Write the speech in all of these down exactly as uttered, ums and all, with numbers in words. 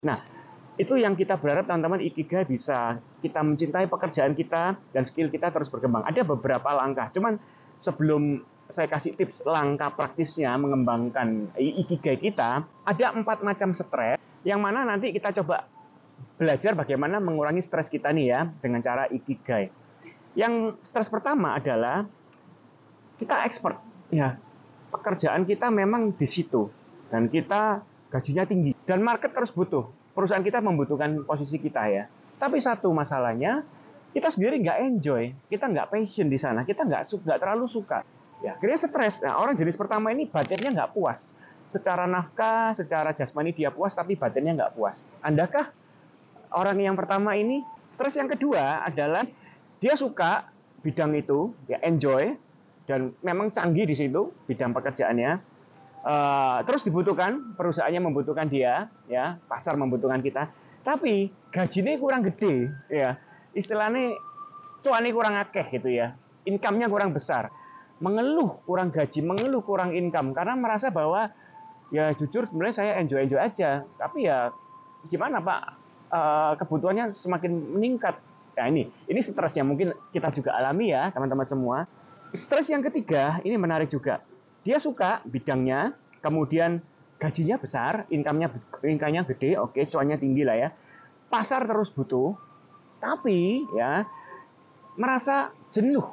Nah, itu yang kita berharap teman-teman Ikigai bisa kita mencintai pekerjaan kita dan skill kita terus berkembang. Ada beberapa langkah, cuman sebelum saya kasih tips langkah praktisnya mengembangkan Ikigai kita, ada empat macam stres yang mana nanti kita coba belajar bagaimana mengurangi stres kita nih ya dengan cara Ikigai. Yang stres pertama adalah kita expert ya, pekerjaan kita memang di situ dan kita gajinya tinggi dan market terus butuh, perusahaan kita membutuhkan posisi kita ya. Tapi satu masalahnya, kita sendiri nggak enjoy, kita nggak passion di sana, kita nggak nggak terlalu suka. Ya, akhirnya stres. Nah, orang jenis pertama ini batinnya nggak puas. Secara nafkah, secara jasmani dia puas, tapi batinnya nggak puas. Andakah orang yang pertama ini? Stres yang kedua adalah dia suka bidang itu, ya enjoy, dan memang canggih di situ bidang pekerjaannya. Uh, terus dibutuhkan, perusahaannya membutuhkan dia, ya, pasar membutuhkan kita, tapi gajinya kurang gede, ya, istilahnya cuannya kurang akeh gitu ya, income-nya kurang besar, mengeluh kurang gaji, mengeluh kurang income, karena merasa bahwa ya jujur sebenarnya saya enjoy-enjoy aja, tapi ya gimana Pak, uh, kebutuhannya semakin meningkat. Nah ini, ini stres yang mungkin kita juga alami ya teman-teman semua. Stres yang ketiga, ini menarik juga. Dia suka bidangnya, kemudian gajinya besar, income-nya income-nya gede, oke, cuannya tinggi lah ya. Pasar terus butuh, tapi ya merasa jenuh,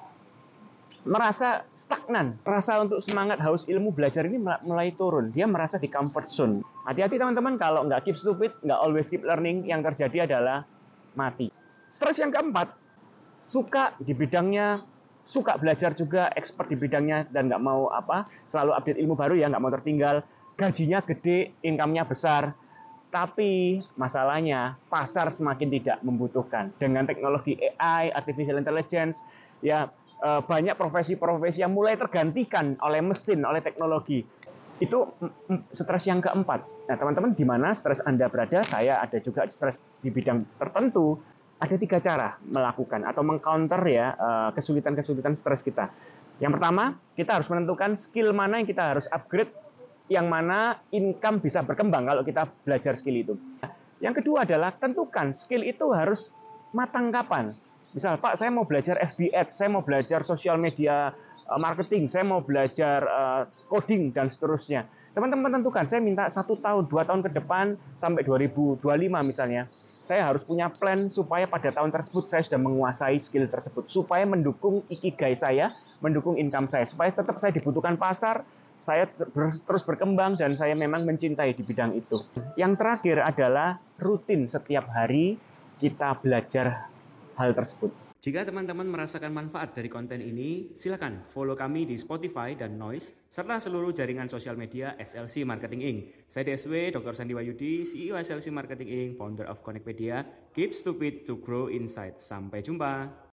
merasa stagnan, merasa untuk semangat haus ilmu belajar ini mulai turun. Dia merasa di comfort zone. Hati-hati teman-teman, kalau nggak keep stupid, nggak always keep learning, yang terjadi adalah mati. Stres yang keempat, suka di bidangnya, suka belajar juga, expert di bidangnya, dan nggak mau apa selalu update ilmu baru ya, nggak mau tertinggal, gajinya gede, income-nya besar, tapi masalahnya pasar semakin tidak membutuhkan. Dengan teknologi A I, artificial intelligence, ya banyak profesi-profesi yang mulai tergantikan oleh mesin, oleh teknologi. Itu stres yang keempat. Nah teman-teman, di mana stres Anda berada, saya ada juga stres di bidang tertentu. Ada tiga cara melakukan atau mengcounter ya kesulitan-kesulitan stres kita. Yang pertama, kita harus menentukan skill mana yang kita harus upgrade, yang mana income bisa berkembang kalau kita belajar skill itu. Yang kedua adalah tentukan skill itu harus matang kapan. Misal, Pak, saya mau belajar F B Ads, saya mau belajar social media marketing, saya mau belajar uh, coding dan seterusnya. Teman-teman tentukan, saya minta satu tahun, dua tahun ke depan sampai dua ribu dua puluh lima misalnya. Saya harus punya plan supaya pada tahun tersebut saya sudah menguasai skill tersebut, supaya mendukung Ikigai saya, mendukung income saya, supaya tetap saya dibutuhkan pasar, saya terus berkembang, dan saya memang mencintai di bidang itu. Yang terakhir adalah rutin setiap hari kita belajar hal tersebut. Jika teman-teman merasakan manfaat dari konten ini, silakan follow kami di Spotify dan Noise, serta seluruh jaringan sosial media S L C Marketing Incorporated. Saya D S W, Doktor Sandi Wahyudi, C E O S L C Marketing Incorporated, founder of Connectpedia. Keep stupid to grow insight. Sampai jumpa.